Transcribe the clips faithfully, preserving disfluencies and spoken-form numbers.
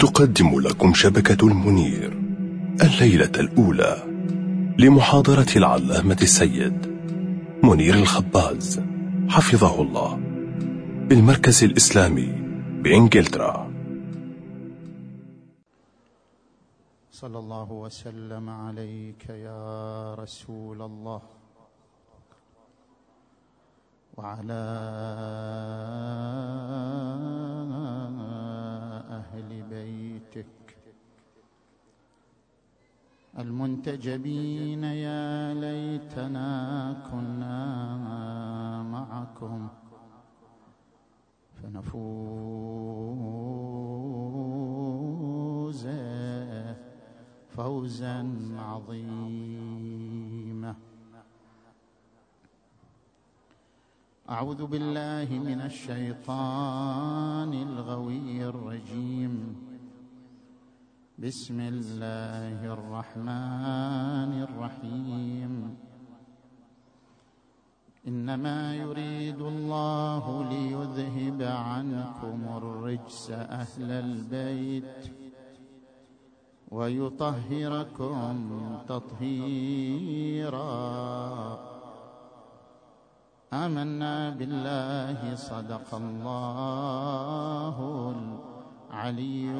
تقدم لكم شبكة المنير الليلة الأولى لمحاضرة العلامة السيد منير الخباز حفظه الله بالمركز الإسلامي بإنجلترا. صلى الله وسلم عليك يا رسول الله وعلى أهل بيتك المنتجبين. يا ليتنا كنا معكم فنفوز فوزا عظيما. أعوذ بالله من الشيطان الغوي الرجيم. بسم الله الرحمن الرحيم. إنما يريد الله ليذهب عنكم الرجس أهل البيت ويطهركم تطهيرا. آمنا بالله صدق الله العلي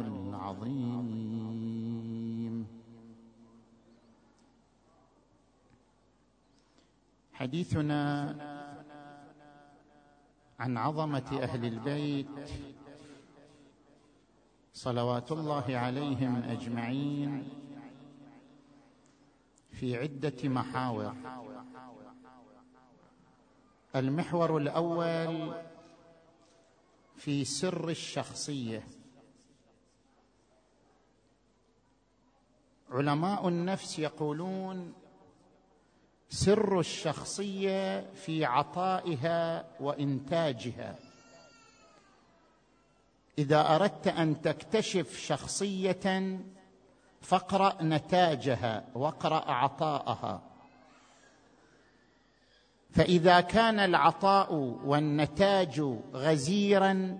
العظيم. حديثنا عن عظمة أهل البيت صلوات الله عليهم أجمعين في عدة محاور. المحور الأول في سر الشخصية. علماء النفس يقولون سر الشخصية في عطائها وإنتاجها. إذا أردت أن تكتشف شخصية فاقرأ نتاجها واقرأ عطاءها، فإذا كان العطاء والنتاج غزيرا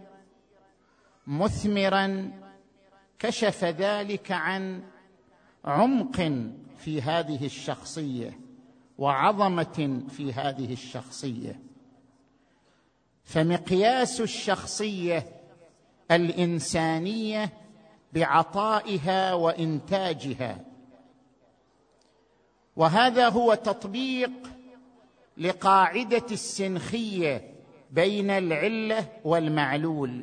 مثمرا كشف ذلك عن عمق في هذه الشخصية وعظمة في هذه الشخصية. فمقياس الشخصية الإنسانية بعطائها وإنتاجها، وهذا هو تطبيق لقاعدة السنخية بين العلة والمعلول.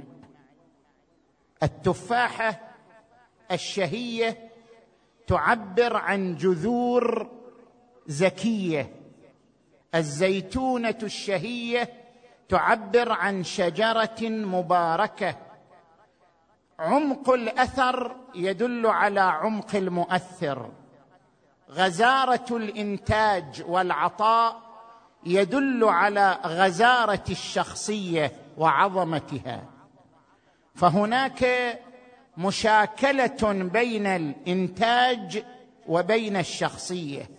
التفاحة الشهية تعبر عن جذور زكية، الزيتونة الشهية تعبر عن شجرة مباركة. عمق الأثر يدل على عمق المؤثر، غزارة الإنتاج والعطاء يدل على غزارة الشخصية وعظمتها. فهناك مشاكلة بين الإنتاج وبين الشخصية،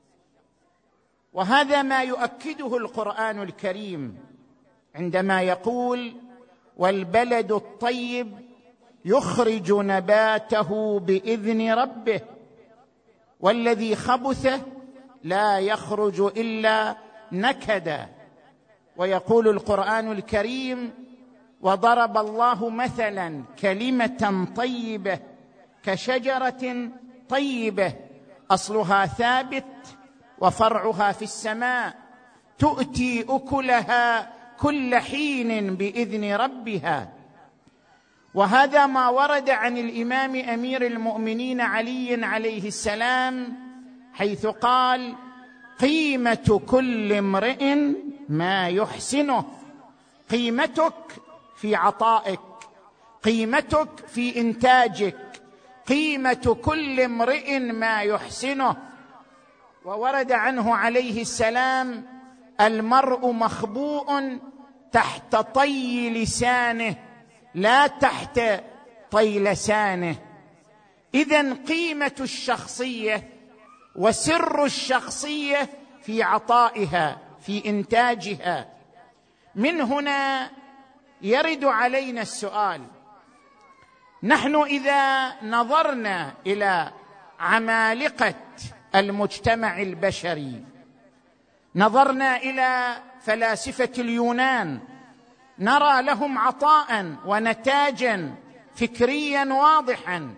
وهذا ما يؤكده القرآن الكريم عندما يقول والبلد الطيب يخرج نباته بإذن ربه والذي خبث لا يخرج إلا نكدا. ويقول القرآن الكريم وضرب الله مثلا كلمة طيبة كشجرة طيبة أصلها ثابت وفرعها في السماء تؤتي أكلها كل حين بإذن ربها. وهذا ما ورد عن الإمام أمير المؤمنين علي عليه السلام حيث قال قيمة كل امرئ ما يحسنه. قيمتك في عطائك، قيمتك في إنتاجك، قيمة كل امرئ ما يحسنه. وورد عنه عليه السلام المرء مخبوء تحت طي لسانه لا تحت طي لسانه. إذن قيمة الشخصية وسر الشخصية في عطائها في إنتاجها. من هنا يرد علينا السؤال: نحن إذا نظرنا إلى عمالقة المجتمع البشري، نظرنا إلى فلاسفة اليونان، نرى لهم عطاء ونتاجا فكريا واضحا.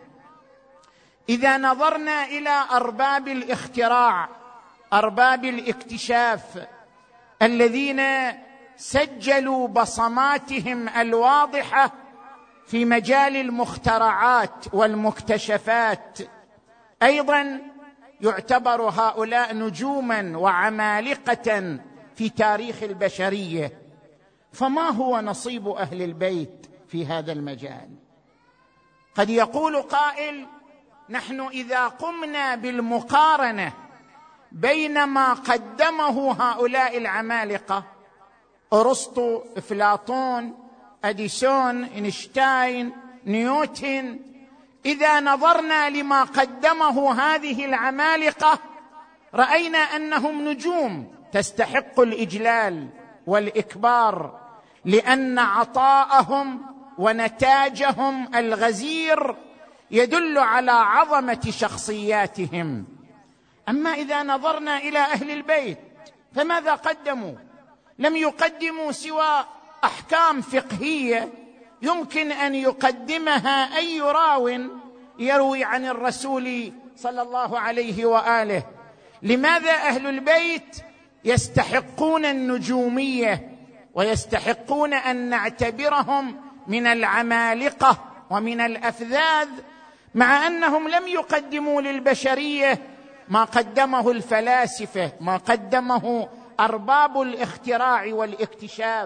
إذا نظرنا إلى أرباب الاختراع، أرباب الاكتشاف الذين سجلوا بصماتهم الواضحة في مجال المخترعات والمكتشفات، أيضا يعتبر هؤلاء نجوما وعمالقة في تاريخ البشرية. فما هو نصيب أهل البيت في هذا المجال؟ قد يقول قائل: نحن إذا قمنا بالمقارنة بين ما قدمه هؤلاء العمالقة، أرسطو، أفلاطون، أديسون، إينشتاين، نيوتن، إذا نظرنا لما قدمه هذه العمالقة رأينا أنهم نجوم تستحق الإجلال والإكبار، لأن عطاءهم ونتاجهم الغزير يدل على عظمة شخصياتهم. أما إذا نظرنا إلى أهل البيت فماذا قدموا؟ لم يقدموا سوى أحكام فقهية يمكن أن يقدمها أي راو يروي عن الرسول صلى الله عليه وآله. لماذا أهل البيت يستحقون النجومية ويستحقون أن نعتبرهم من العمالقة ومن الأفذاذ، مع أنهم لم يقدموا للبشرية ما قدمه الفلاسفة، ما قدمه أرباب الاختراع والاكتشاف؟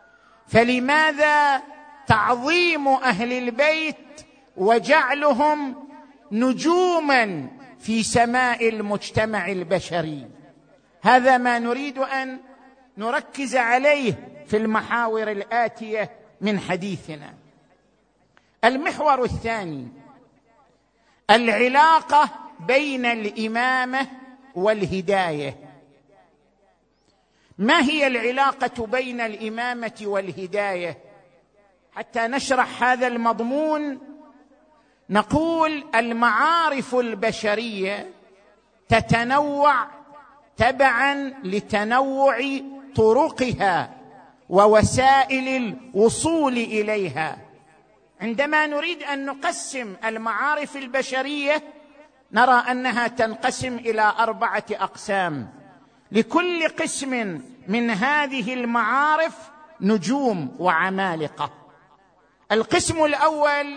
فلماذا تعظيم أهل البيت وجعلهم نجوما في سماء المجتمع البشري؟ هذا ما نريد أن نركز عليه في المحاور الآتية من حديثنا. المحور الثاني: العلاقة بين الإمامة والهداية. ما هي العلاقة بين الإمامة والهداية؟ حتى نشرح هذا المضمون نقول: المعارف البشرية تتنوع تبعا لتنوع طرقها ووسائل الوصول إليها. عندما نريد أن نقسم المعارف البشرية نرى أنها تنقسم إلى أربعة أقسام، لكل قسم من هذه المعارف نجوم وعمالقة. القسم الأول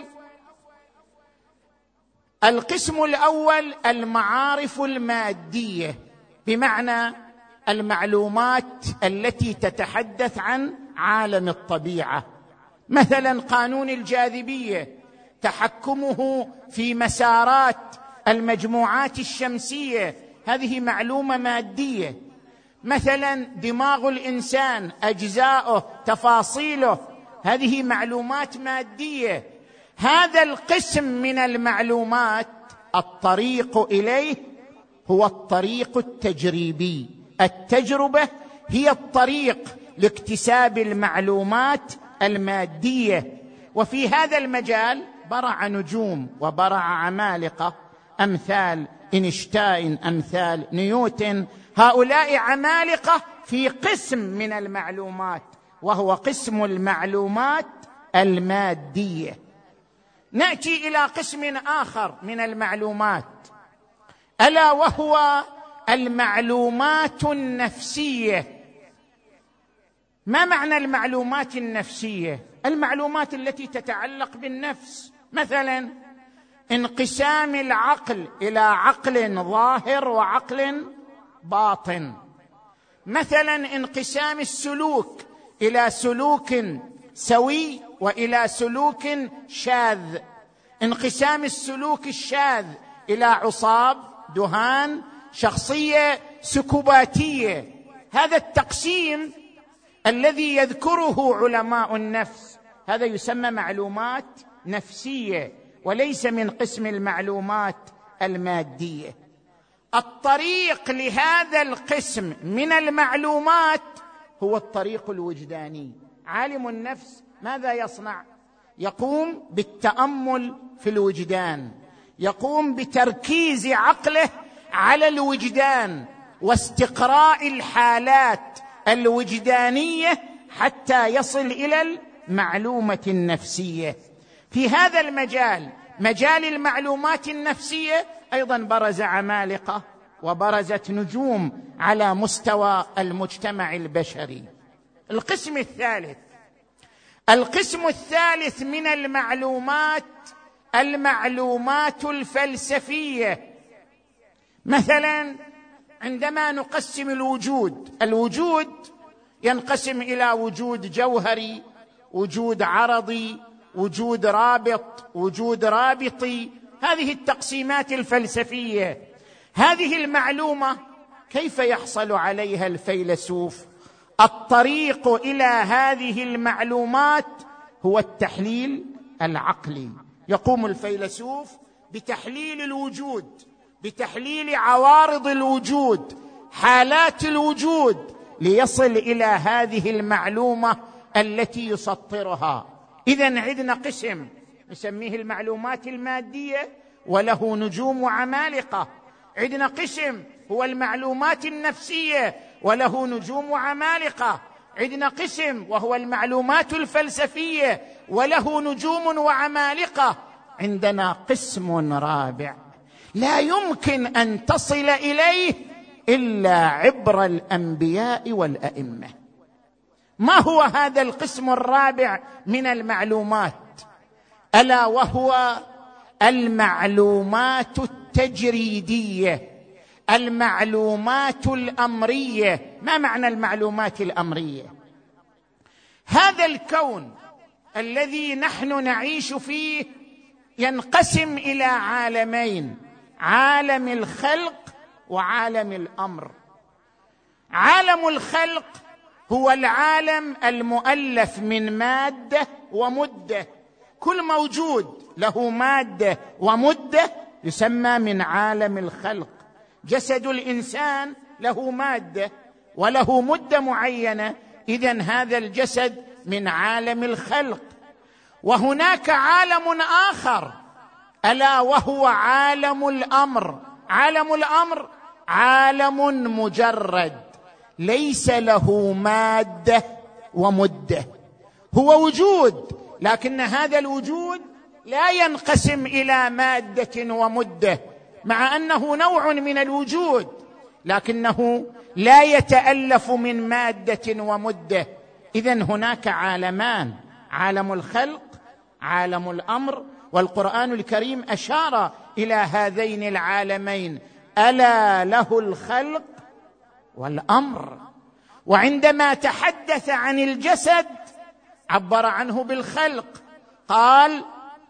القسم الأول المعارف المادية، بمعنى المعلومات التي تتحدث عن عالم الطبيعة، مثلا قانون الجاذبية، تحكمه في مسارات المجموعات الشمسية، هذه معلومة مادية. مثلا دماغ الإنسان، أجزاؤه، تفاصيله، هذه معلومات مادية. هذا القسم من المعلومات الطريق إليه هو الطريق التجريبي. التجربة هي الطريق لاكتساب المعلومات المادية. وفي هذا المجال برع نجوم وبرع عمالقة أمثال إينشتاين، أمثال نيوتن. هؤلاء عمالقة في قسم من المعلومات، وهو قسم المعلومات المادية. نأتي إلى قسم آخر من المعلومات، ألا وهو المعلومات النفسية. ما معنى المعلومات النفسية؟ المعلومات التي تتعلق بالنفس، مثلا انقسام العقل إلى عقل ظاهر وعقل باطن، مثلا انقسام السلوك إلى سلوك سوي وإلى سلوك شاذ، انقسام السلوك الشاذ إلى عصاب، دهان، شخصية سكوباتية. هذا التقسيم الذي يذكره علماء النفس هذا يسمى معلومات نفسية، وليس من قسم المعلومات المادية. الطريق لهذا القسم من المعلومات هو الطريق الوجداني. عالم النفس ماذا يصنع؟ يقوم بالتأمل في الوجدان، يقوم بتركيز عقله على الوجدان واستقراء الحالات الوجدانية حتى يصل إلى المعلومة النفسية. في هذا المجال، مجال المعلومات النفسية، أيضا برز عمالقة وبرزت نجوم على مستوى المجتمع البشري. القسم الثالث القسم الثالث من المعلومات المعلومات الفلسفية. مثلا عندما نقسم الوجود، الوجود ينقسم إلى وجود جوهري، وجود عرضي، وجود رابط، وجود رابطي. هذه التقسيمات الفلسفية، هذه المعلومة كيف يحصل عليها الفيلسوف؟ الطريق إلى هذه المعلومات هو التحليل العقلي. يقوم الفيلسوف بتحليل الوجود، بتحليل عوارض الوجود، حالات الوجود، ليصل إلى هذه المعلومة التي يسطرها. إذن عندنا قسم نسميه المعلومات المادية وله نجوم وعمالقة، عندنا قسم هو المعلومات النفسية وله نجوم وعمالقة، عندنا قسم وهو المعلومات الفلسفية وله نجوم وعمالقة، عندنا قسم رابع لا يمكن أن تصل إليه إلا عبر الأنبياء والأئمة. ما هو هذا القسم الرابع من المعلومات؟ ألا وهو المعلومات التجريدية، المعلومات الأمرية. ما معنى المعلومات الأمرية؟ هذا الكون الذي نحن نعيش فيه ينقسم إلى عالمين: عالم الخلق وعالم الأمر. عالم الخلق هو العالم المؤلف من مادة ومدة، كل موجود له مادة ومدة يسمى من عالم الخلق. جسد الإنسان له مادة وله مدة معينة، إذن هذا الجسد من عالم الخلق. وهناك عالم آخر ألا وهو عالم الأمر. عالم الأمر عالم مجرد ليس له مادة ومدة، هو وجود، لكن هذا الوجود لا ينقسم إلى مادة ومدة، مع أنه نوع من الوجود لكنه لا يتألف من مادة ومدة. إذن هناك عالمان: عالم الخلق، عالم الأمر. والقرآن الكريم أشار إلى هذين العالمين: ألا له الخلق والأمر. وعندما تحدث عن الجسد عبر عنه بالخلق، قال: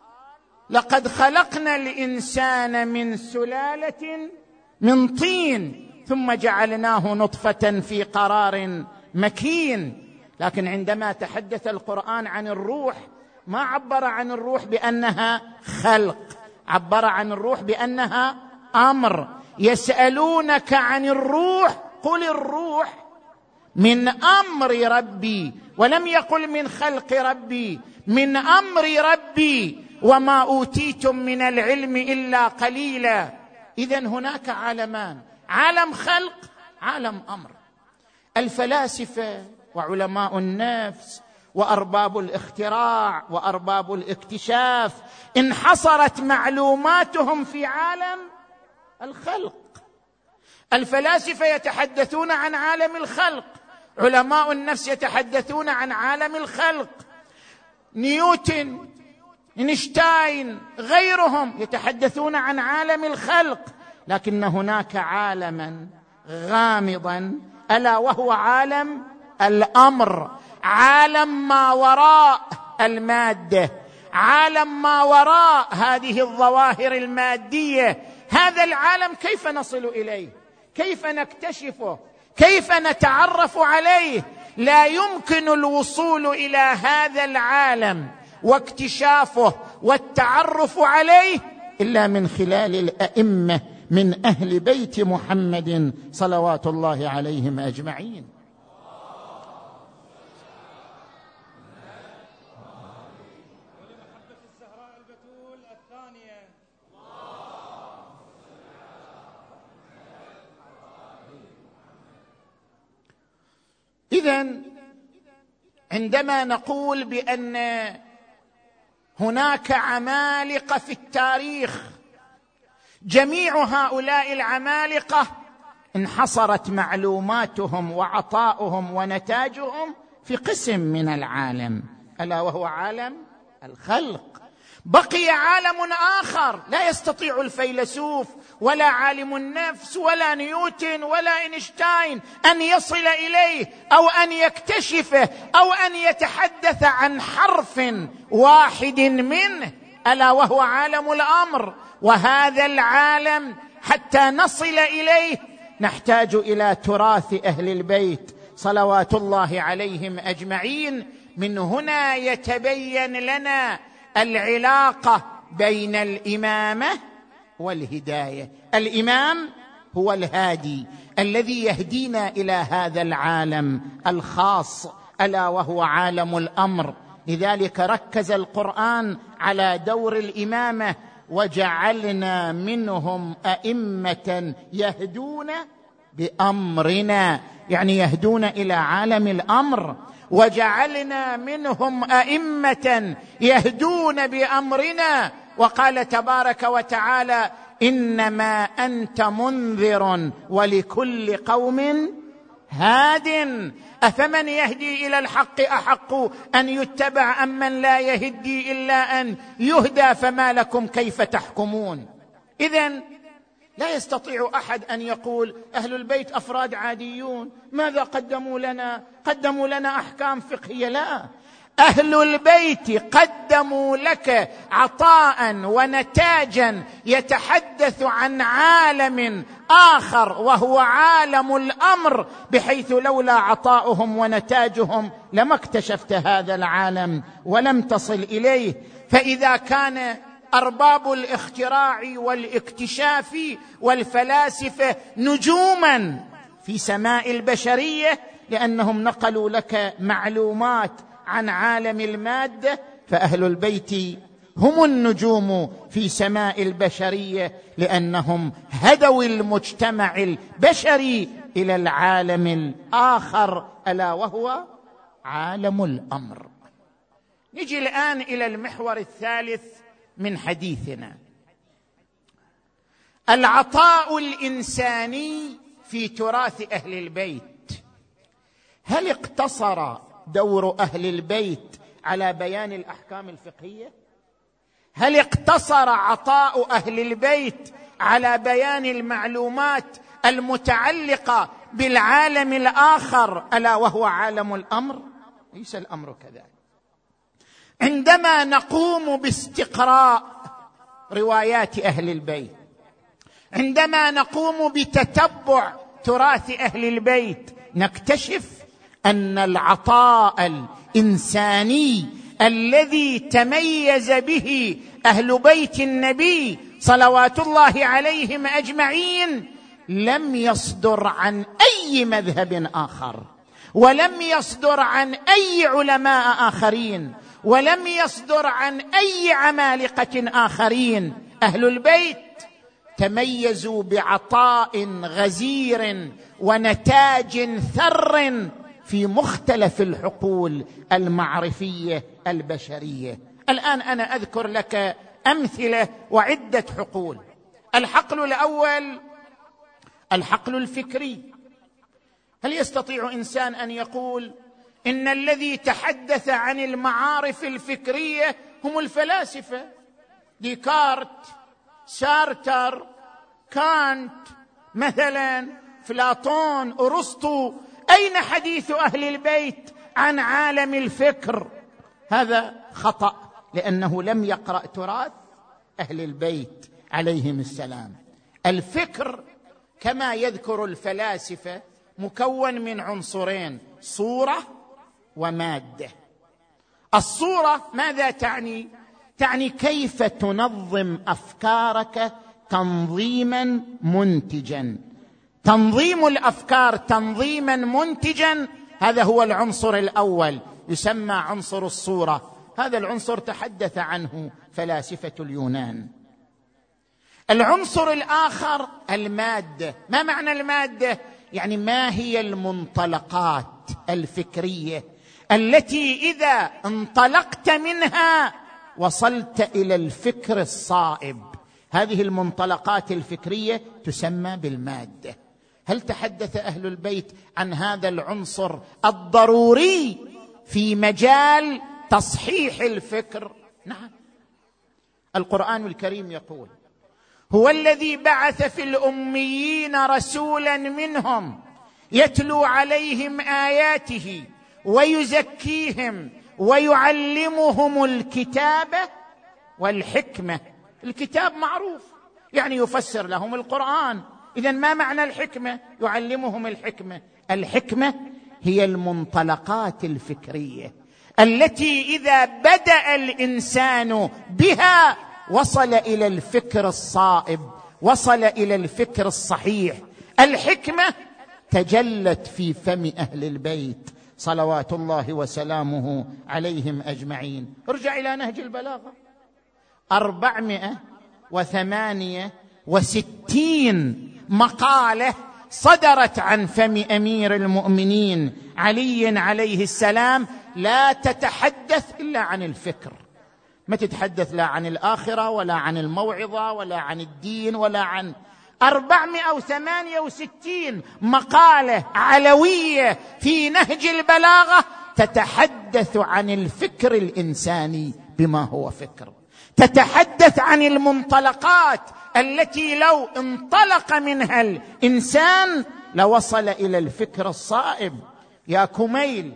لقد خلقنا الإنسان من سلالة من طين ثم جعلناه نطفة في قرار مكين. لكن عندما تحدث القرآن عن الروح ما عبر عن الروح بأنها خلق، عبر عن الروح بأنها أمر. يسألونك عن الروح قل الروح من أمر ربي، ولم يقل من خلق ربي، من أمر ربي، وما أوتيتم من العلم إلا قليلا. إذن هناك عالمان: عالم خلق، عالم أمر. الفلاسفة وعلماء النفس وأرباب الاختراع وأرباب الاكتشاف انحصرت معلوماتهم في عالم الخلق. الفلاسفة يتحدثون عن عالم الخلق، علماء النفس يتحدثون عن عالم الخلق، نيوتن، إينشتاين، غيرهم يتحدثون عن عالم الخلق. لكن هناك عالما غامضا ألا وهو عالم الأمر، عالم ما وراء المادة، عالم ما وراء هذه الظواهر المادية. هذا العالم كيف نصل إليه؟ كيف نكتشفه؟ كيف نتعرف عليه؟ لا يمكن الوصول إلى هذا العالم واكتشافه والتعرف عليه إلا من خلال الأئمة من أهل بيت محمد صلوات الله عليهم أجمعين. إذن عندما نقول بأن هناك عمالقة في التاريخ، جميع هؤلاء العمالقة انحصرت معلوماتهم وعطاؤهم ونتاجهم في قسم من العالم، ألا وهو عالم الخلق. بقي عالم آخر لا يستطيع الفيلسوف ولا عالم النفس ولا نيوتن ولا إينشتاين أن يصل إليه أو أن يكتشفه أو أن يتحدث عن حرف واحد منه، ألا وهو عالم الأمر. وهذا العالم حتى نصل إليه نحتاج إلى تراث أهل البيت صلوات الله عليهم أجمعين. من هنا يتبين لنا العلاقة بين الإمامة والهداية. الإمام هو الهادي الذي يهدينا إلى هذا العالم الخاص ألا وهو عالم الأمر. لذلك ركز القرآن على دور الإمامة: وجعلنا منهم أئمة يهدون بأمرنا، يعني يهدون إلى عالم الأمر. وجعلنا منهم أئمة يهدون بأمرنا. وقال تبارك وتعالى: إنما أنت منذر ولكل قوم هاد، أفمن يهدي إلى الحق أحق أن يتبع أم من لا يهدي إلا أن يهدى، فما لكم كيف تحكمون. إذن لا يستطيع أحد أن يقول أهل البيت أفراد عاديون، ماذا قدموا لنا؟ قدموا لنا أحكام فقهية. لا، أهل البيت قدموا لك عطاء ونتاجا يتحدث عن عالم آخر وهو عالم الأمر، بحيث لولا عطاؤهم ونتاجهم لما اكتشفت هذا العالم ولم تصل إليه. فإذا كان أرباب الاختراع والاكتشاف والفلاسفة نجوما في سماء البشرية لأنهم نقلوا لك معلومات عن عالم المادة، فأهل البيت هم النجوم في سماء البشرية لأنهم هدوا المجتمع البشري إلى العالم الآخر ألا وهو عالم الأمر. نجي الآن إلى المحور الثالث من حديثنا: العطاء الإنساني في تراث أهل البيت. هل اقتصر دور أهل البيت على بيان الأحكام الفقهية؟ هل اقتصر عطاء أهل البيت على بيان المعلومات المتعلقة بالعالم الآخر ألا وهو عالم الأمر؟ ليس الأمر كذلك. عندما نقوم باستقراء روايات أهل البيت، عندما نقوم بتتبع تراث أهل البيت، نكتشف أن العطاء الإنساني الذي تميز به أهل بيت النبي صلوات الله عليهم أجمعين لم يصدر عن أي مذهب آخر، ولم يصدر عن أي علماء آخرين، ولم يصدر عن أي عمالقة آخرين. أهل البيت تميزوا بعطاء غزير ونتاج ثر في مختلف الحقول المعرفية البشرية. الآن أنا أذكر لك أمثلة وعدة حقول. الحقل الأول الحقل الفكري. هل يستطيع إنسان أن يقول إن الذي تحدث عن المعارف الفكرية هم الفلاسفة؟ ديكارت، سارتر، كانت مثلا، أفلاطون، أرسطو. أين حديث أهل البيت عن عالم الفكر؟ هذا خطأ، لأنه لم يقرأ تراث أهل البيت عليهم السلام. الفكر كما يذكر الفلاسفة مكون من عنصرين: صورة ومادة. الصورة ماذا تعني؟ تعني كيف تنظم أفكارك تنظيما منتجا. تنظيم الأفكار تنظيما منتجا، هذا هو العنصر الأول، يسمى عنصر الصورة. هذا العنصر تحدث عنه فلاسفة اليونان. العنصر الآخر المادة. ما معنى المادة؟ يعني ما هي المنطلقات الفكريه التي اذا انطلقت منها وصلت الى الفكر الصائب. هذه المنطلقات الفكريه تسمى بالماده. هل تحدث اهل البيت عن هذا العنصر الضروري في مجال تصحيح الفكر؟ نعم. القرآن الكريم يقول: هو الذي بعث في الأميين رسولا منهم يتلو عليهم آياته ويزكيهم ويعلمهم الكتاب والحكمة. الكتاب معروف، يعني يفسر لهم القرآن. إذن ما معنى الحكمة؟ يعلمهم الحكمة. الحكمة هي المنطلقات الفكرية التي إذا بدأ الإنسان بها وصل إلى الفكر الصائب، وصل إلى الفكر الصحيح. الحكمة تجلت في فم أهل البيت صلوات الله وسلامه عليهم أجمعين. ارجع إلى نهج البلاغة، أربعمائة وثمانية وستين مقالة صدرت عن فم أمير المؤمنين علي عليه السلام لا تتحدث إلا عن الفكر. ما تتحدث لا عن الآخرة ولا عن الموعظة ولا عن الدين ولا عن أربعمائة وثمانية وستين مقالة علوية في نهج البلاغة تتحدث عن الفكر الإنساني بما هو فكر، تتحدث عن المنطلقات التي لو انطلق منها الإنسان لوصل إلى الفكر الصائب. يا كميل،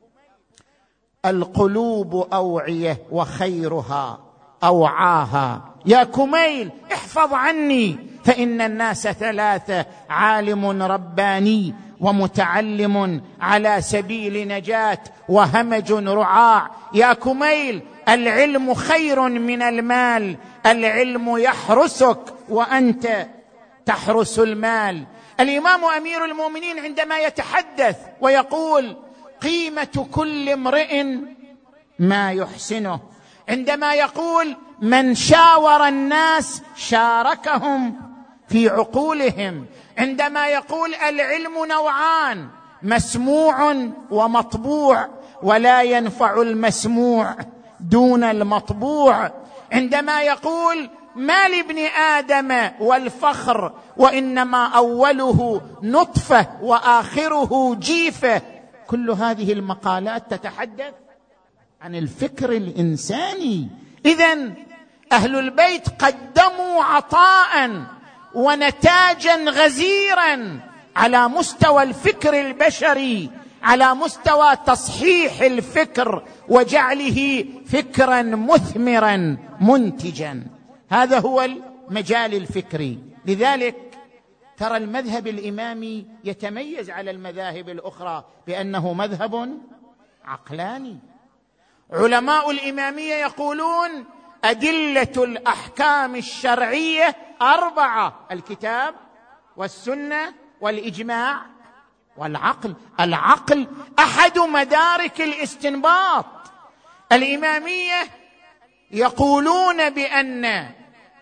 القلوب أوعية وخيرها أوعاها. يا كميل احفظ عني فإن الناس ثلاثة: عالم رباني ومتعلم على سبيل نجاة وهمج رعاع. يا كميل العلم خير من المال، العلم يحرسك وأنت تحرس المال. الإمام أمير المؤمنين عندما يتحدث ويقول: قيمة كل امرئ ما يحسنه، عندما يقول: من شاور الناس شاركهم في عقولهم، عندما يقول: العلم نوعان: مسموع ومطبوع، ولا ينفع المسموع دون المطبوع، عندما يقول: ما لابن آدم والفخر وإنما أوله نطفة وآخره جيفة. كل هذه المقالات تتحدث عن الفكر الإنساني. إذن أهل البيت قدموا عطاء ونتاجا غزيرا على مستوى الفكر البشري، على مستوى تصحيح الفكر وجعله فكرا مثمرا منتجا. هذا هو المجال الفكري. لذلك ترى المذهب الإمامي يتميز على المذاهب الأخرى بأنه مذهب عقلاني. علماء الإمامية يقولون: أدلة الأحكام الشرعية أربعة: الكتاب والسنة والإجماع والعقل. العقل أحد مدارك الاستنباط. الإمامية يقولون بأن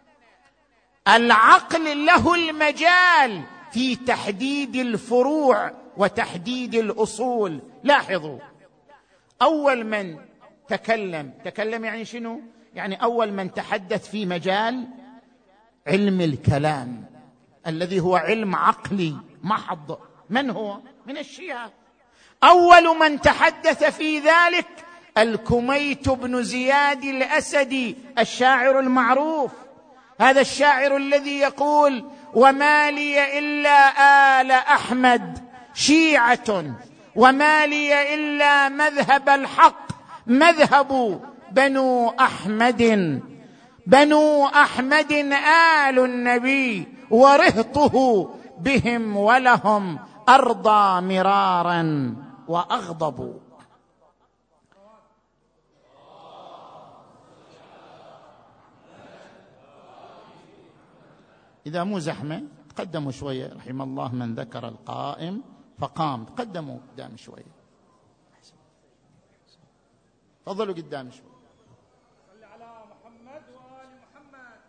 العقل له المجال في تحديد الفروع وتحديد الأصول. لاحظوا، أول من تكلم تكلم يعني شنو؟ يعني أول من تحدث في مجال علم الكلام الذي هو علم عقلي محض. من هو؟ من الشيعة. أول من تحدث في ذلك الكميت بن زياد الأسدي الشاعر المعروف. هذا الشاعر الذي يقول: وما لي إلا آل أحمد شيعة، وما لي إلا مذهب الحق مذهب بنو أحمد. بنو أحمد آل النبي ورهطه بهم ولهم أرضى مرارا وأغضبوا. إذا مو زحمة تقدموا شوية، رحم الله من ذكر القائم فقام. تقدموا قدام شوية، تفضلوا قدام شوية. صل على محمد وآل محمد.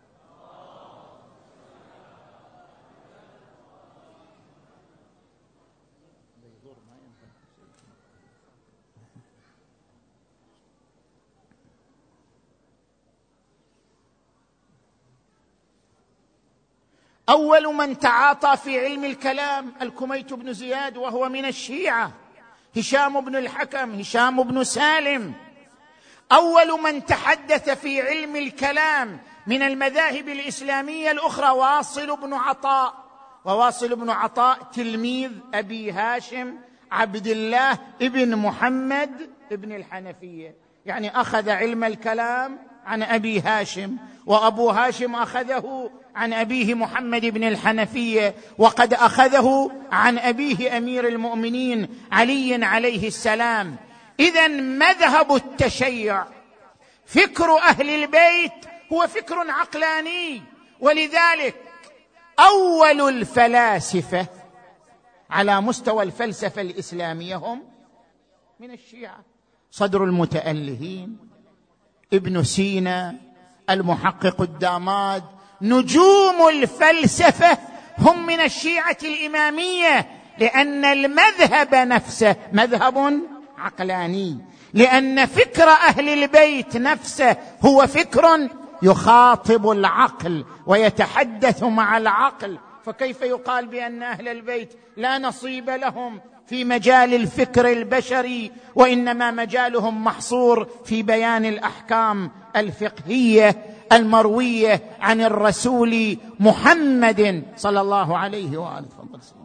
أول من تعاطى في علم الكلام الكميت بن زياد وهو من الشيعة، هشام بن الحكم، هشام بن سالم. أول من تحدث في علم الكلام من المذاهب الإسلامية الأخرى واصل بن عطاء، وواصل بن عطاء تلميذ أبي هاشم عبد الله ابن محمد ابن الحنفية، يعني أخذ علم الكلام عن أبي هاشم، وأبو هاشم أخذه عن أبيه محمد بن الحنفية، وقد أخذه عن أبيه أمير المؤمنين علي عليه السلام. إذن مذهب التشيع فكر أهل البيت هو فكر عقلاني، ولذلك أول الفلاسفة على مستوى الفلسفة الإسلامية هم من الشيعة، صدر المتألهين، ابن سينا، المحقق الداماد، نجوم الفلسفة هم من الشيعة الإمامية، لأن المذهب نفسه مذهب عقلاني، لأن فكر أهل البيت نفسه هو فكر يخاطب العقل ويتحدث مع العقل. فكيف يقال بأن أهل البيت لا نصيب لهم في مجال الفكر البشري، وإنما مجالهم محصور في بيان الأحكام الفقهية المروية عن الرسول محمد صلى الله عليه وآله وسلم.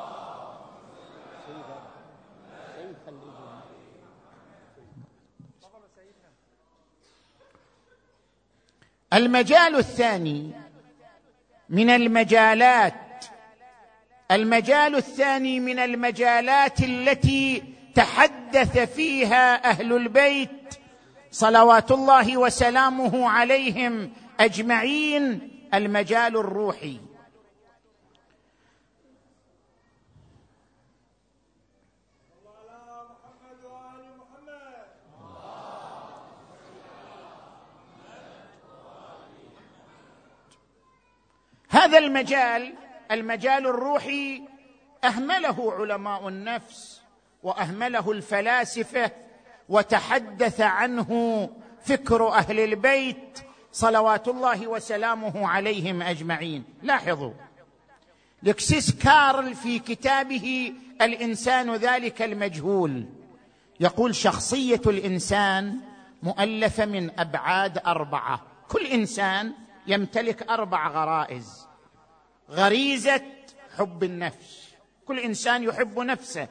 المجال الثاني من المجالات المجال الثاني من المجالات التي تحدث فيها أهل البيت صلوات الله وسلامه عليهم أجمعين، المجال الروحي. هذا المجال المجال الروحي أهمله علماء النفس وأهمله الفلاسفة، وتحدث عنه فكر أهل البيت صلوات الله وسلامه عليهم أجمعين. لاحظوا، لكسيس كارل في كتابه الإنسان ذلك المجهول يقول شخصية الإنسان مؤلفة من أبعاد أربعة، كل إنسان يمتلك أربع غرائز. غريزة حب النفس، كل إنسان يحب نفسه.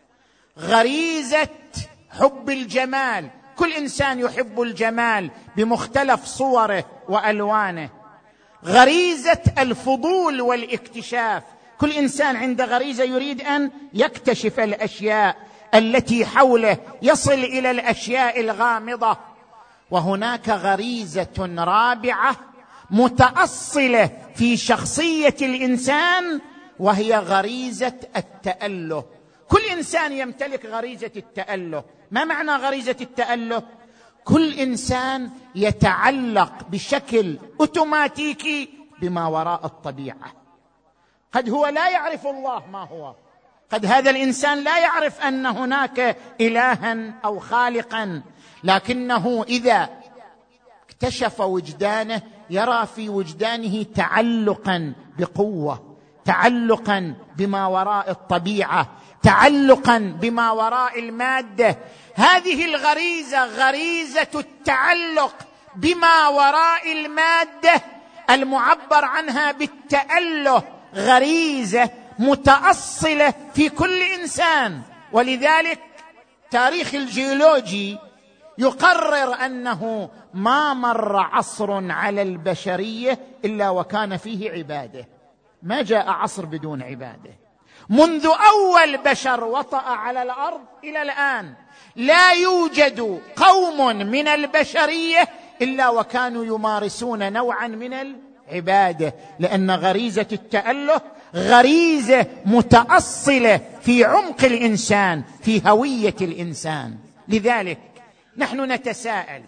غريزة حب الجمال، كل إنسان يحب الجمال بمختلف صوره وألوانه. غريزة الفضول والاكتشاف، كل إنسان عنده غريزة يريد أن يكتشف الأشياء التي حوله، يصل إلى الأشياء الغامضة. وهناك غريزة رابعة متأصلة في شخصية الإنسان، وهي غريزة التأله. كل إنسان يمتلك غريزة التأله. ما معنى غريزة التأله؟ كل إنسان يتعلق بشكل أوتوماتيكي بما وراء الطبيعة. قد هو لا يعرف الله ما هو، قد هذا الإنسان لا يعرف أن هناك إلها أو خالقا، لكنه إذا اكتشف وجدانه يرى في وجدانه تعلقا بقوة، تعلقا بما وراء الطبيعة، تعلقا بما وراء المادة. هذه الغريزة غريزة التعلق بما وراء المادة المعبر عنها بالتأله، غريزة متأصلة في كل إنسان. ولذلك تاريخ الجيولوجي يقرر أنه ما مر عصر على البشرية إلا وكان فيه عبادة، ما جاء عصر بدون عبادة. منذ أول بشر وطأ على الأرض إلى الآن لا يوجد قوم من البشرية إلا وكانوا يمارسون نوعا من العبادة، لأن غريزة التأله غريزة متأصلة في عمق الإنسان، في هوية الإنسان. لذلك نحن نتساءل،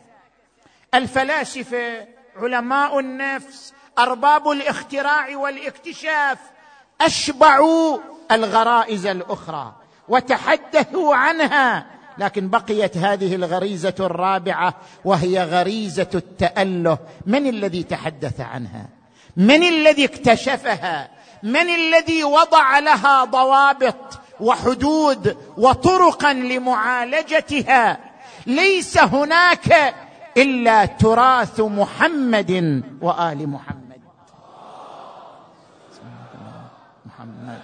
الفلاسفة، علماء النفس، أرباب الاختراع والاكتشاف أشبعوا الغرائز الأخرى وتحدثوا عنها، لكن بقيت هذه الغريزة الرابعة وهي غريزة التأله. من الذي تحدث عنها؟ من الذي اكتشفها؟ من الذي وضع لها ضوابط وحدود وطرقا لمعالجتها؟ ليس هناك إلا تراث محمد وآل محمد. محمد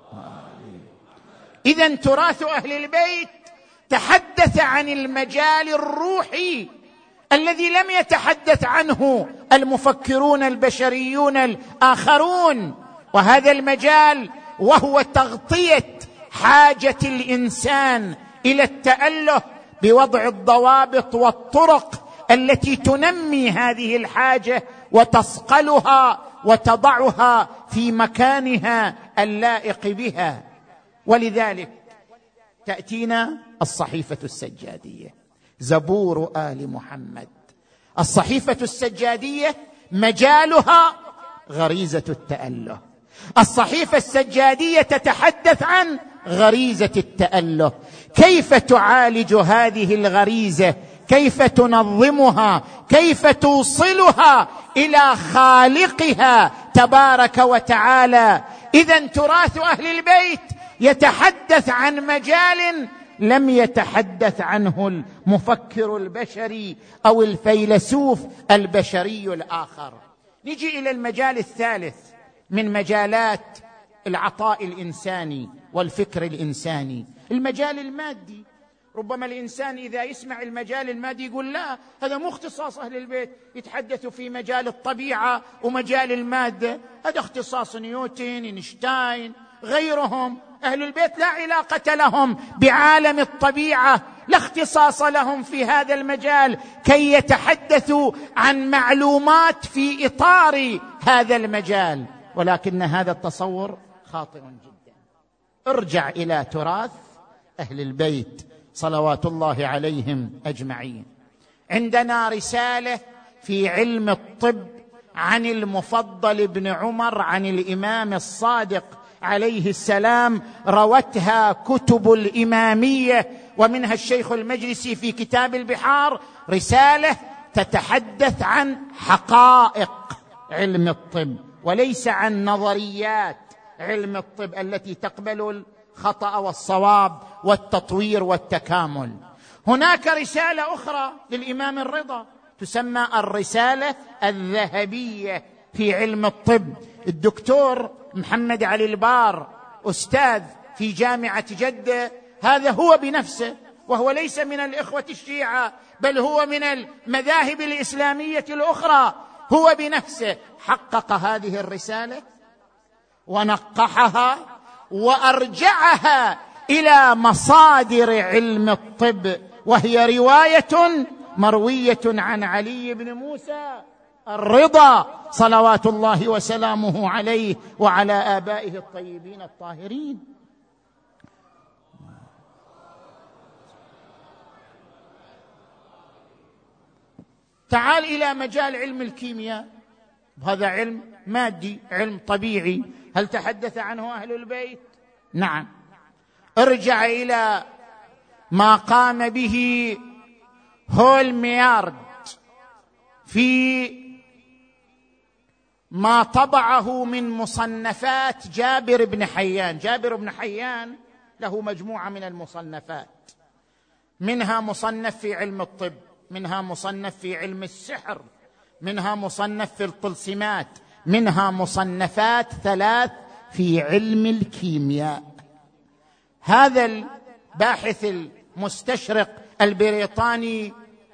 إذن تراث أهل البيت تحدث عن المجال الروحي الذي لم يتحدث عنه المفكرون البشريون الآخرون، وهذا المجال وهو تغطية حاجة الإنسان إلى التأله بوضع الضوابط والطرق التي تنمي هذه الحاجة وتصقلها وتضعها في مكانها اللائق بها. ولذلك تأتينا الصحيفة السجادية، زبور آل محمد. الصحيفة السجادية مجالها غريزة التأله. الصحيفة السجادية تتحدث عن غريزة التأله، كيف تعالج هذه الغريزة، كيف تنظمها، كيف توصلها إلى خالقها تبارك وتعالى. إذن تراث أهل البيت يتحدث عن مجال لم يتحدث عنه المفكر البشري أو الفيلسوف البشري الآخر. نجي إلى المجال الثالث من مجالات العطاء الإنساني والفكر الإنساني، المجال المادي. ربما الإنسان إذا يسمع المجال المادي يقول لا، هذا مو اختصاص أهل البيت، يتحدثوا في مجال الطبيعة ومجال المادة، هذا اختصاص نيوتن، اينشتاين، غيرهم. أهل البيت لا علاقة لهم بعالم الطبيعة، لا اختصاص لهم في هذا المجال كي يتحدثوا عن معلومات في إطار هذا المجال. ولكن هذا التصور خاطئ جدا. ارجع إلى تراث أهل البيت صلوات الله عليهم أجمعين. عندنا رسالة في علم الطب عن المفضل بن عمر عن الإمام الصادق عليه السلام، روتها كتب الإمامية ومنها الشيخ المجلسي في كتاب البحار، رسالة تتحدث عن حقائق علم الطب وليس عن نظريات علم الطب التي تقبل الخطأ والصواب والتطوير والتكامل. هناك رسالة أخرى للإمام الرضا تسمى الرسالة الذهبية في علم الطب. الدكتور محمد علي البار أستاذ في جامعة جدة، هذا هو بنفسه، وهو ليس من الإخوة الشيعة بل هو من المذاهب الإسلامية الأخرى، هو بنفسه حقق هذه الرسالة ونقحها وأرجعها إلى مصادر علم الطب، وهي رواية مروية عن علي بن موسى الرضا صلوات الله وسلامه عليه وعلى آبائه الطيبين الطاهرين. تعال إلى مجال علم الكيمياء، هذا علم مادي، علم طبيعي، هل تحدث عنه أهل البيت؟ نعم. ارجع إلى ما قام به هولميارد في ما طبعه من مصنفات جابر بن حيان. جابر بن حيان له مجموعة من المصنفات، منها مصنف في علم الطب، منها مصنف في علم السحر، منها مصنف في الطلسمات، منها مصنفات ثلاث في علم الكيمياء. هذا الباحث المستشرق البريطاني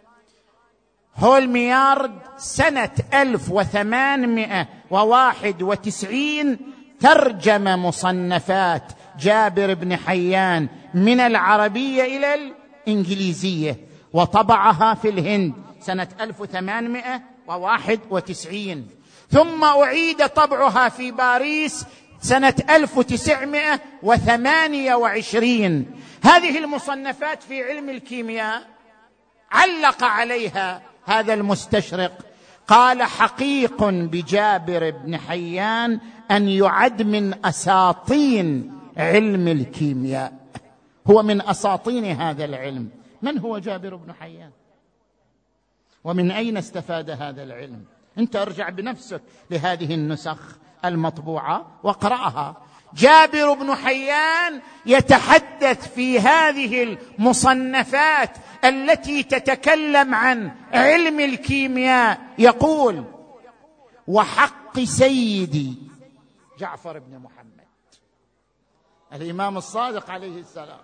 هولميارد سنة ألف وثمانمائة وواحد وتسعين ترجم مصنفات جابر بن حيان من العربية إلى الإنجليزية وطبعها في الهند سنة ألف وثمانمائة وواحد وتسعين، ثم أعيد طبعها في باريس سنة ألف وتسعمائة وثمانية وعشرين. هذه المصنفات في علم الكيمياء علق عليها هذا المستشرق، قال حقيق بجابر بن حيان أن يعد من أساطين علم الكيمياء، هو من أساطين هذا العلم. من هو جابر بن حيان ومن أين استفاد هذا العلم؟ أنت ارجع بنفسك لهذه النسخ المطبوعة واقرأها. جابر بن حيان يتحدث في هذه المصنفات التي تتكلم عن علم الكيمياء، يقول: وحق سيدي جعفر بن محمد الإمام الصادق عليه السلام،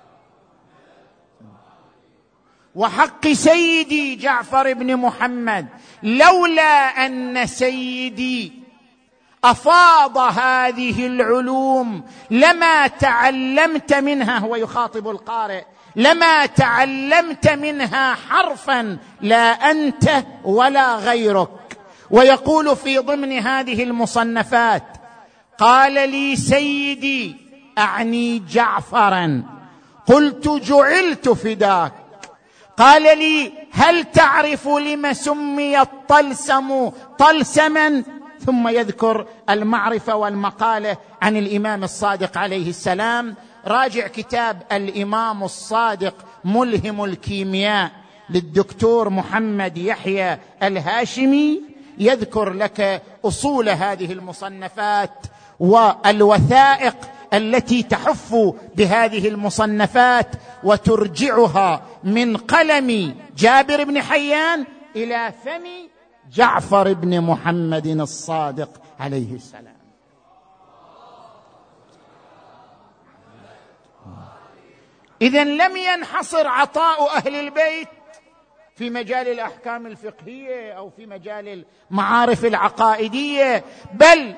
وحق سيدي جعفر بن محمد لولا أن سيدي أفاض هذه العلوم لما تعلمت منها، هو يخاطب القارئ، لما تعلمت منها حرفا لا أنت ولا غيرك. ويقول في ضمن هذه المصنفات: قال لي سيدي، أعني جعفرا، قلت جعلت فداك. قال لي: هل تعرف لم سمي الطلسم طلسما؟ ثم يذكر المعرفة والمقالة عن الإمام الصادق عليه السلام. راجع كتاب الإمام الصادق ملهم الكيمياء للدكتور محمد يحيى الهاشمي، يذكر لك أصول هذه المصنفات والوثائق التي تحف بهذه المصنفات وترجعها من قلم جابر بن حيان إلى فم جعفر بن محمد الصادق عليه السلام. إذن لم ينحصر عطاء أهل البيت في مجال الأحكام الفقهية أو في مجال المعارف العقائدية، بل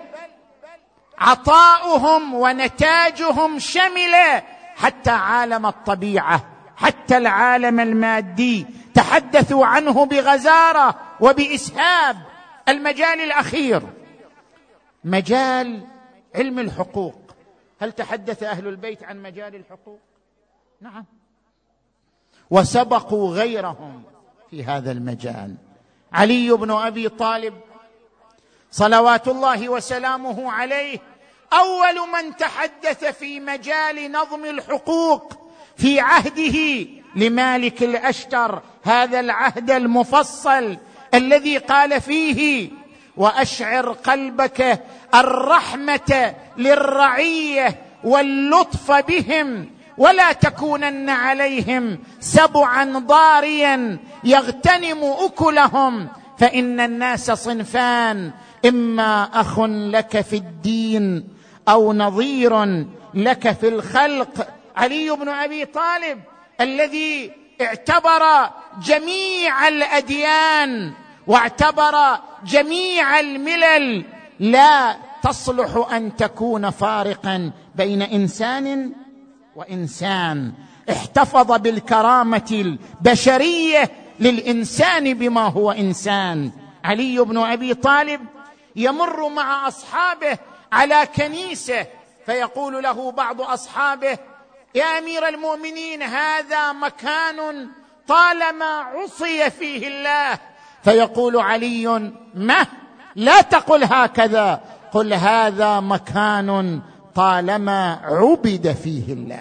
عطاؤهم ونتاجهم شمل حتى عالم الطبيعة، حتى العالم المادي تحدثوا عنه بغزارة وبإسهاب. المجال الأخير مجال علم الحقوق. هل تحدث أهل البيت عن مجال الحقوق؟ نعم، وسبقوا غيرهم في هذا المجال. علي بن أبي طالب صلوات الله وسلامه عليه أول من تحدث في مجال نظم الحقوق في عهده لمالك الأشتر، هذا العهد المفصل الذي قال فيه: وأشعر قلبك الرحمة للرعية واللطف بهم، ولا تكونن عليهم سبعا ضاريا يغتنم أكلهم، فإن الناس صنفان، إما أخ لك في الدين أو نظير لك في الخلق. علي بن أبي طالب الذي اعتبر جميع الأديان واعتبر جميع الملل لا تصلح أن تكون فارقا بين إنسان وإنسان، احتفظ بالكرامة البشرية للإنسان بما هو إنسان. علي بن أبي طالب يمر مع أصحابه على كنيسة، فيقول له بعض أصحابه: يا أمير المؤمنين، هذا مكان طالما عصي فيه الله. فيقول علي: ما لا تقل هكذا، قل هذا مكان طالما عبد فيه الله.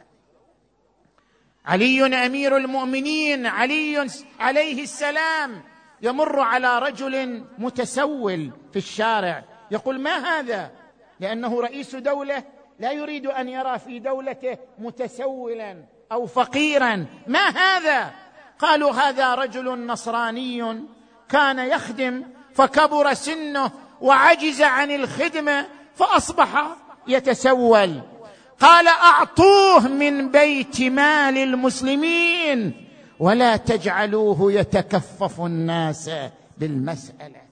علي أمير المؤمنين، علي عليه السلام يمر على رجل متسول في الشارع، يقول: ما هذا؟ لأنه رئيس دولة لا يريد أن يرى في دولته متسولا أو فقيرا. ما هذا؟ قالوا: هذا رجل نصراني كان يخدم فكبر سنه وعجز عن الخدمة فأصبح يتسول. قال: أعطوه من بيت مال المسلمين ولا تجعلوه يتكفف الناس بالمسألة.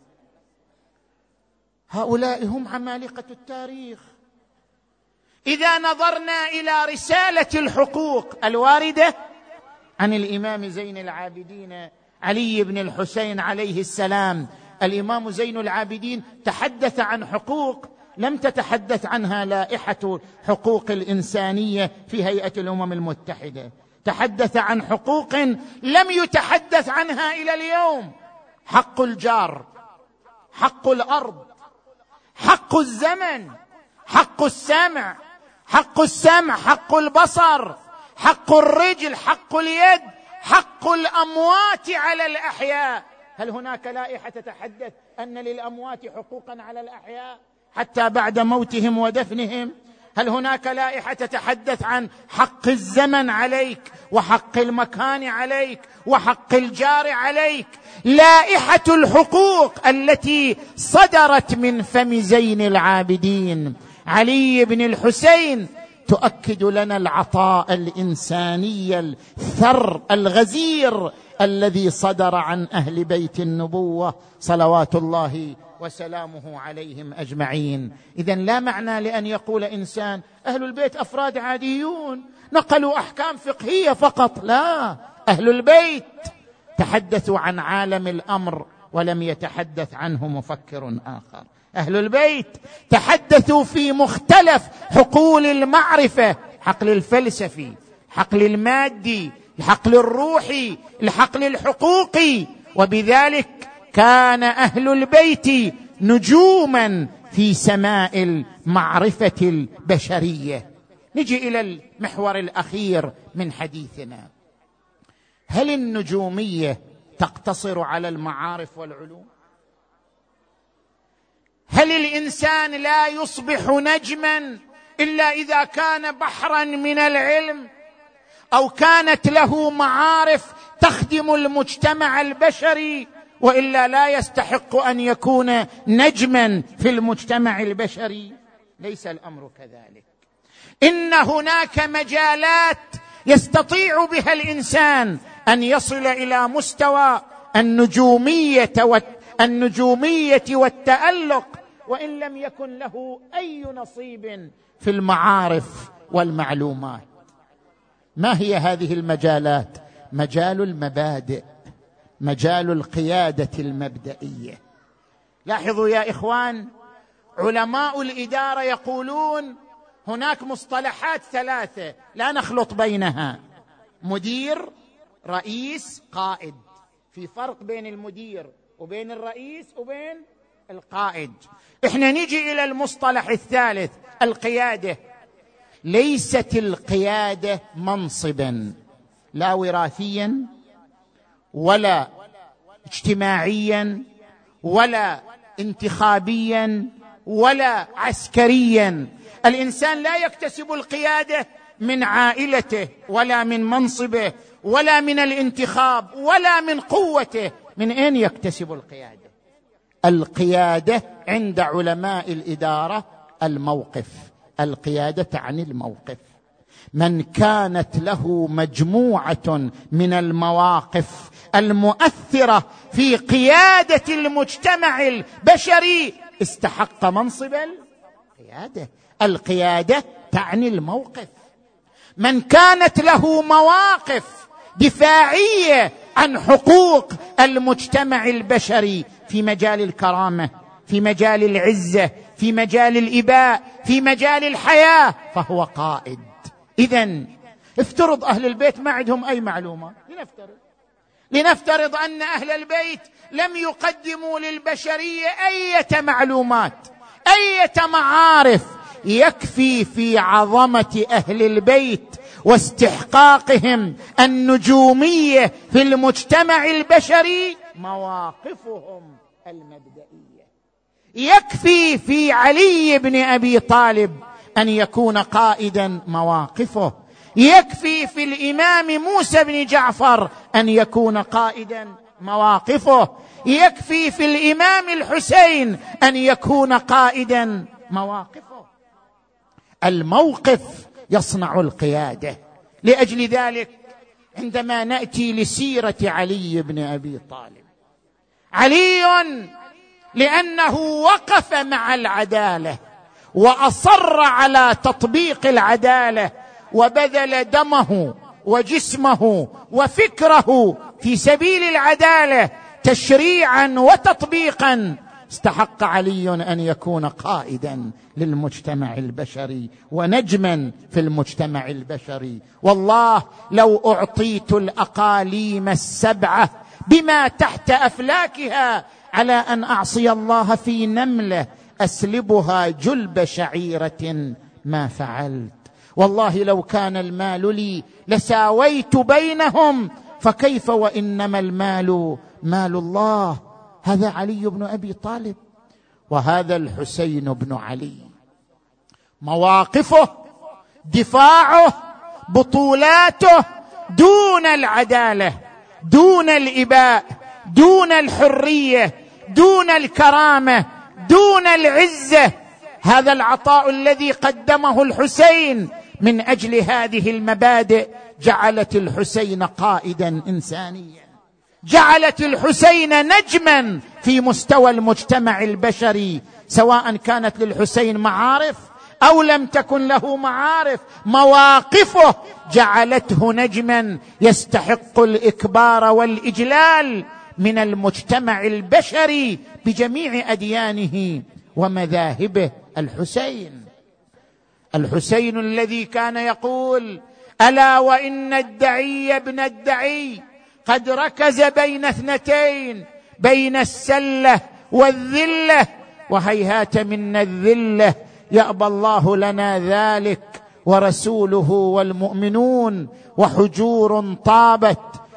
هؤلاء هم عمالقة التاريخ. إذا نظرنا إلى رسالة الحقوق الواردة عن الإمام زين العابدين علي بن الحسين عليه السلام، الإمام زين العابدين تحدث عن حقوق لم تتحدث عنها لائحة حقوق الإنسانية في هيئة الأمم المتحدة، تحدث عن حقوق لم يتحدث عنها إلى اليوم: حق الجار، حق الأرض، حق الزمن، حق السمع، حق السمع، حق البصر، حق الرجل، حق اليد، حق الأموات على الأحياء. هل هناك لائحة تتحدث أن للأموات حقوقا على الأحياء حتى بعد موتهم ودفنهم؟ هل هناك لائحة تتحدث عن حق الزمن عليك وحق المكان عليك وحق الجار عليك؟ لائحة الحقوق التي صدرت من فم زين العابدين علي بن الحسين تؤكد لنا العطاء الإنساني الثر الغزير الذي صدر عن أهل بيت النبوة صلوات الله وسلامه عليهم أجمعين. إذن لا معنى لأن يقول إنسان أهل البيت أفراد عاديون نقلوا أحكام فقهية فقط. لا، أهل البيت تحدثوا عن عالم الأمر ولم يتحدث عنه مفكر آخر. أهل البيت تحدثوا في مختلف حقول المعرفة، حقل الفلسفي، حقل المادي، الحقل الروحي، الحقل الحقوقي، وبذلك كان أهل البيت نجوما في سماء المعرفة البشرية. نجي إلى المحور الأخير من حديثنا. هل النجومية تقتصر على المعارف والعلوم؟ هل الإنسان لا يصبح نجما إلا إذا كان بحرا من العلم أو كانت له معارف تخدم المجتمع البشري، وإلا لا يستحق أن يكون نجما في المجتمع البشري؟ ليس الأمر كذلك. إن هناك مجالات يستطيع بها الإنسان أن يصل إلى مستوى النجومية والنجومية والتألق وإن لم يكن له أي نصيب في المعارف والمعلومات. ما هي هذه المجالات؟ مجال المبادئ، مجال القيادة المبدئية. لاحظوا يا إخوان، علماء الإدارة يقولون هناك مصطلحات ثلاثة لا نخلط بينها: مدير، رئيس، قائد. في فرق بين المدير وبين الرئيس وبين القائد. احنا نجي إلى المصطلح الثالث، القيادة. ليست القيادة منصبا لا وراثيا ولا اجتماعيا ولا انتخابيا ولا عسكريا. الإنسان لا يكتسب القيادة من عائلته ولا من منصبه ولا من الانتخاب ولا من قوته. من أين يكتسب القيادة؟ القيادة عند علماء الإدارة الموقف. القيادة تعني الموقف. من كانت له مجموعة من المواقف المؤثرة في قيادة المجتمع البشري استحق منصب القيادة. القيادة تعني الموقف. من كانت له مواقف دفاعية عن حقوق المجتمع البشري في مجال الكرامة، في مجال العزة، في مجال الإباء، في مجال الحياة، فهو قائد. إذن افترض أهل البيت ما عندهم أي معلومة، لنفترض لنفترض أن أهل البيت لم يقدموا للبشرية أي معلومات، أي معارف. يكفي في عظمة أهل البيت واستحقاقهم النجومية في المجتمع البشري مواقفهم المبدئية. يكفي في علي بن أبي طالب أن يكون قائدا مواقفه. يكفي في الإمام موسى بن جعفر أن يكون قائدا مواقفه. يكفي في الإمام الحسين أن يكون قائدا مواقفه. الموقف يصنع القيادة. لأجل ذلك عندما نأتي لسيرة علي بن أبي طالب، علي لأنه وقف مع العدالة وأصر على تطبيق العدالة وبذل دمه وجسمه وفكره في سبيل العدالة تشريعا وتطبيقا، استحق علي أن يكون قائدا للمجتمع البشري ونجما في المجتمع البشري. والله لو أعطيت الأقاليم السبعة بما تحت أفلاكها على أن أعصي الله في نملة أسلبها جلب شعيرة ما فعلت. والله لو كان المال لي لساويت بينهم، فكيف وإنما المال مال الله. هذا علي بن أبي طالب، وهذا الحسين بن علي. مواقفه، دفاعه، بطولاته دون العدالة، دون الإباء، دون الحرية، دون الكرامة، دون العزة. هذا العطاء الذي قدمه الحسين من أجل هذه المبادئ جعلت الحسين قائدا إنسانيا، جعلت الحسين نجما في مستوى المجتمع البشري، سواء كانت للحسين معارف أو لم تكن له معارف. مواقفه جعلته نجما يستحق الإكبار والإجلال من المجتمع البشري بجميع أديانه ومذاهبه. الحسين الحسين الذي كان يقول: ألا وإن الدعي ابن الدعي قد ركز بين اثنتين، بين السلة والذلة، وهيهات منا الذلة، يأبى الله لنا ذلك ورسوله والمؤمنون. وحجور طابت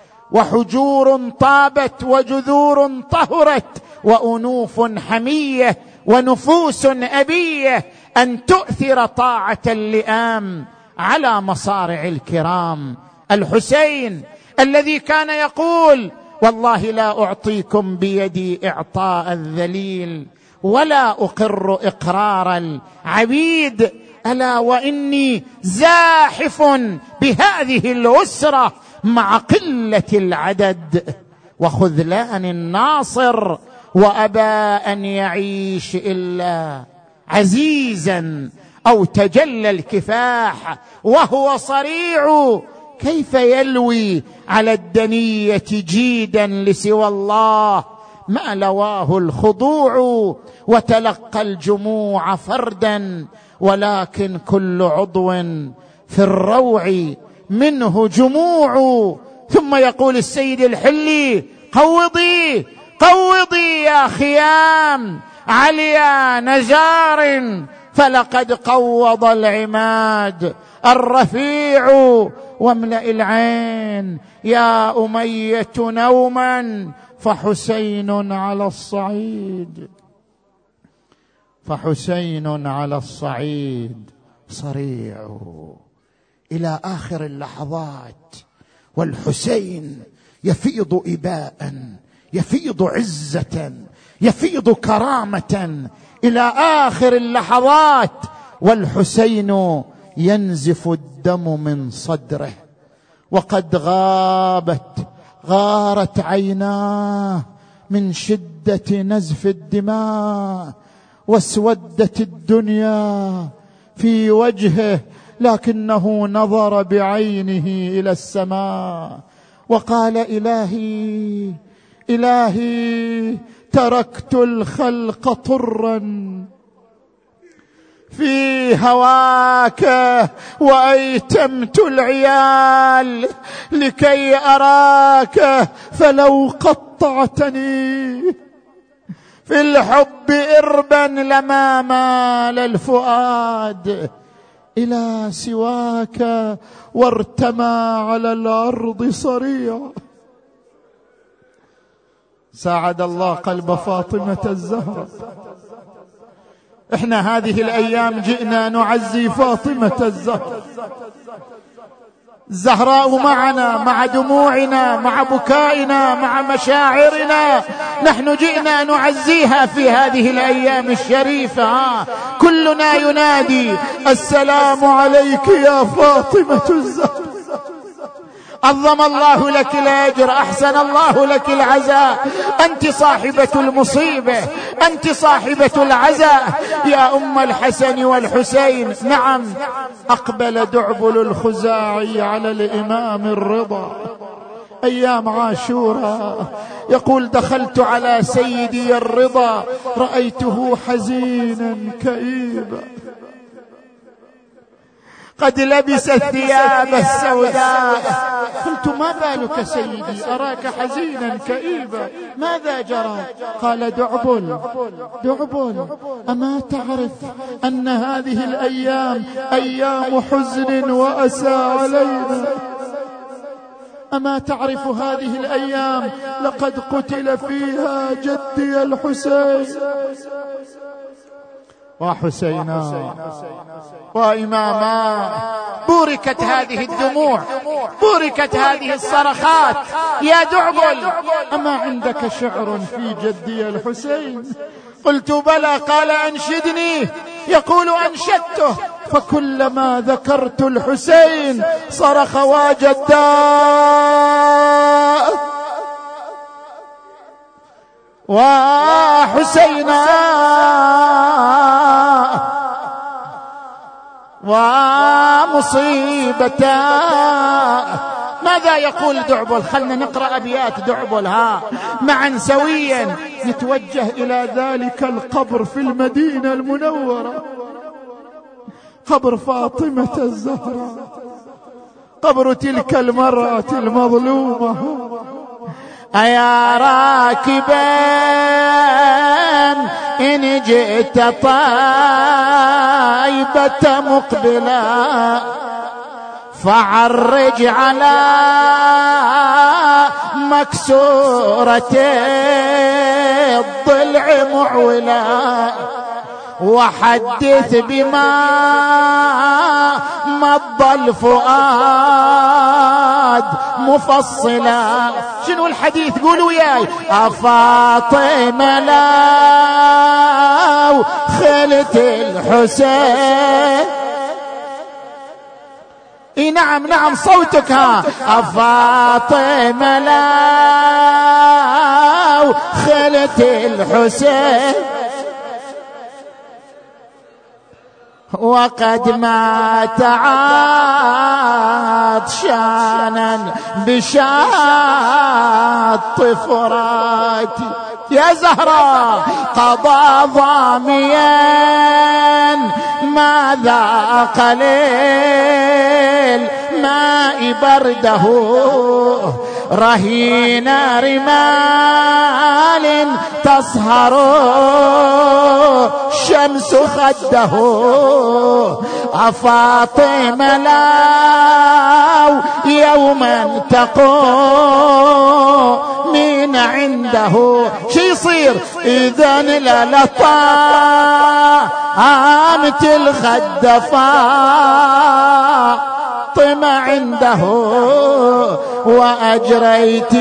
وحجور طابت وجذور طهرت وأنوف حمية ونفوس أبية أن تؤثر طاعة اللئام على مصارع الكرام. الحسين الذي كان يقول: والله لا أعطيكم بيدي إعطاء الذليل ولا أقر إقرار العبيد، ألا وإني زاحف بهذه الأسرة مع قلة العدد وخذلان الناصر، وأبى أن يعيش إلا عزيزا أو تجلى الكفاح وهو صريع. كيف يلوي على الدنية جيدا لسوى الله؟ ما لواه الخضوع وتلقى الجموع فردا، ولكن كل عضو في الروع منه جموع. ثم يقول السيد الحلي: قوضي قوضي يا خيام عليا نزار، فلقد قوض العماد الرفيع، واملأ العين يا أمية نوما، فحسين على الصعيد فحسين على الصعيد صريع. إلى آخر اللحظات والحسين يفيض إباء، يفيض عزة، يفيض كرامة إلى آخر اللحظات، والحسين ينزف الدم من صدره، وقد غابت غارت عيناه من شدة نزف الدماء، واسودت الدنيا في وجهه، لكنه نظر بعينه إلى السماء وقال: إلهي إلهي تركت الخلق طرا في هواك، وأيتمت العيال لكي أراك، فلو قطعتني في الحب إربا لما مال الفؤاد إلى سواك، وارتمى على الأرض صريع. ساعد الله قلب فاطمة الزهراء. احنا هذه الأيام جئنا نعزي فاطمة الزهراء، الزهراء معنا، مع دموعنا، مع بكائنا، مع مشاعرنا، نحن جئنا نعزيها في هذه الأيام الشريفة. كلنا ينادي: السلام عليك يا فاطمة الزهراء، عظم الله لك الأجر، أحسن الله لك العزاء، أنت صاحبة المصيبة، أنت صاحبة العزاء يا أم الحسن والحسين. نعم، أقبل دعبل الخزاعي على الإمام الرضا أيام عاشوراء، يقول: دخلت على سيدي الرضا رأيته حزينا كئيبا، قد لبس الثياب السوداء. قلت: ما بالك سيدي؟ أراك حزينا كئيبا، ماذا جرى؟ قال: دعبل دعبل، أما تعرف أن هذه الأيام أيام حزن وأسى علينا؟ أما تعرف هذه الأيام لقد قتل فيها جدي الحسين وحسينا وإماما. بوركت هذه الدموع، بوركت هذه الصرخات يا دعبل. أما عندك شعر في جدي الحسين؟ قلت بلى. قال أنشدني. يقول أنشدته. فكلما ذكرت الحسين صرخ وجداه وحسينا ومصيبته. ماذا يقول دعبل؟ خلنا نقرأ أبيات دعبل ها معا سويا. نتوجه إلى ذلك القبر في المدينة المنورة، قبر فاطمة الزهراء، قبر تلك المرأة المظلومة. أيا راكبا إن جئت طيبة مقبلا فعرج على مكسورة الضلع معولا وحدث بما مضى الفؤاد مفصلا. شنو الحديث؟ قولوا وياي. أفاطمة لو خلت الحسين. اي نعم نعم صوتك ها. أفاطمة لو خلت الحسين وقد مات عطشانا بشاط فراتي. يا زهراء قضى ضاميا ماذا قليل ماء برده رهين رمال تصهر الشمس خده. أفاطمة لو يوما تقومين عنده شي يصير؟ إذن للطامت الخد فاطمة عنده وأجريت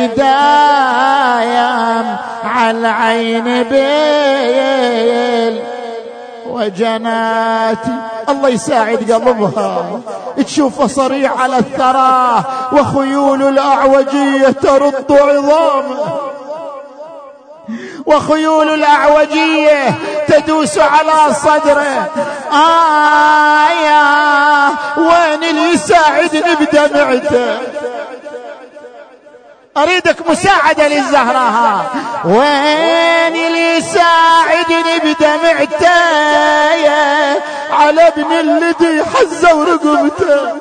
دايم على العين بيل وجناتي. الله يساعد قلبها تشوف صريع على الثرى وخيول الأعوجية ترد عظامه وخيول الأعوجية تدوس على صدره. آية وين اللي يساعدني بدمعته؟ أريدك مساعدة للزهراء. وين اللي يساعدني بدمعته على ابن الذي حزه ورقبته؟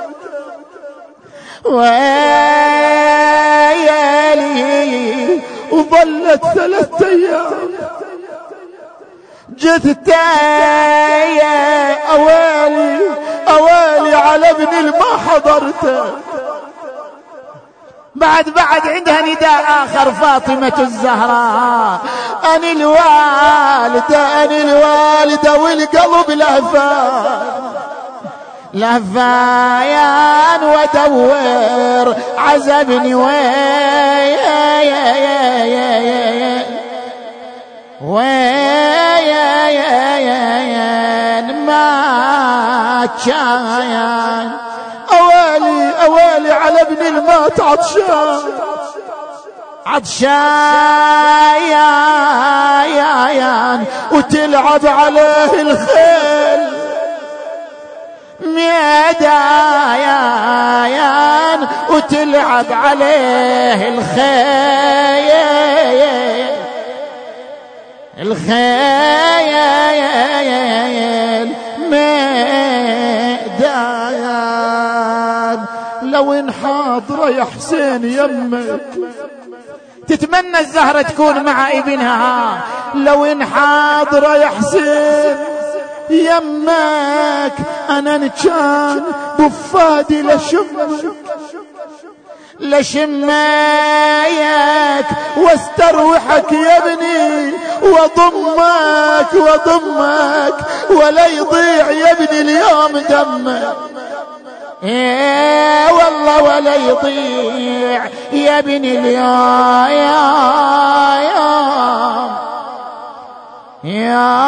ويلي وظلت ثلاث أيام جثته أوالي أوالي على ابن ما حضرته. بعد بعد عندها نداء آخر فاطمة الزهراء. أنا الوالدة أنا الوالدة والقلب لهفان لهفايان ودور عزبني وين وين ما تشاين. أوالي أوالي على ابن المات عطشان عطشان وتلعب عليه الخيل ميدايان وتلعب عليه الخيل الخيل ميدايان. لو ان حاضرة يا حسين يمك تتمنى الزهرة تكون مع ابنها. لو ان حاضرة يا حسين يمك انا نكان بفادي لشمك لشمايك واستروحك يا ابني، وضمك وضمك ولا يضيع يا ابني اليوم دمك. ايه والله ولا يضيع يا ابني اليوم يا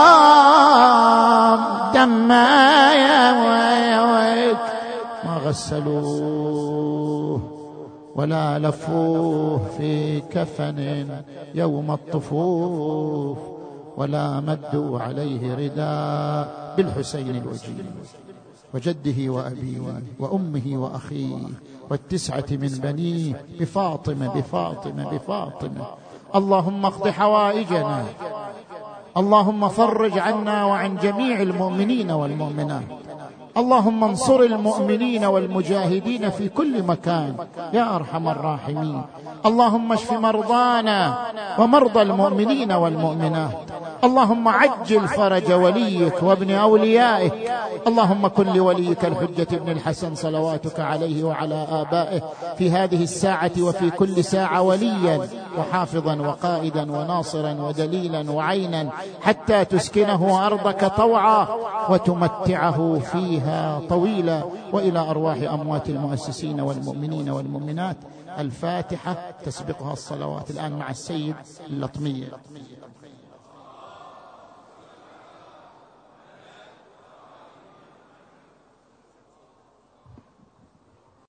دمك. ما غسلوه ولا لفوه في كفن يوم الطفوف، ولا مدوا عليه رداء بالحسين الوجيه وجده وأبيه وأمه وأخيه والتسعة من بنيه بفاطمة بفاطمة بفاطمة. اللهم اقض حوائجنا، اللهم فرج عنا وعن جميع المؤمنين والمؤمنات، اللهم انصر المؤمنين والمجاهدين في كل مكان يا أرحم الراحمين. اللهم اشف مرضانا ومرضى المؤمنين والمؤمنات، اللهم عجل فرج وليك وابن أوليائك، اللهم كن لوليك الحجة ابن الحسن صلواتك عليه وعلى آبائه في هذه الساعة وفي كل ساعة وليا وحافظا وقائدا وناصرا ودليلا وعينا، حتى تسكنه أرضك طوعا وتمتعه فيها طويلا. وإلى أرواح أموات المؤسسين والمؤمنين والمؤمنات. الفاتحة تسبقها الصلوات الآن مع السيد اللطمية.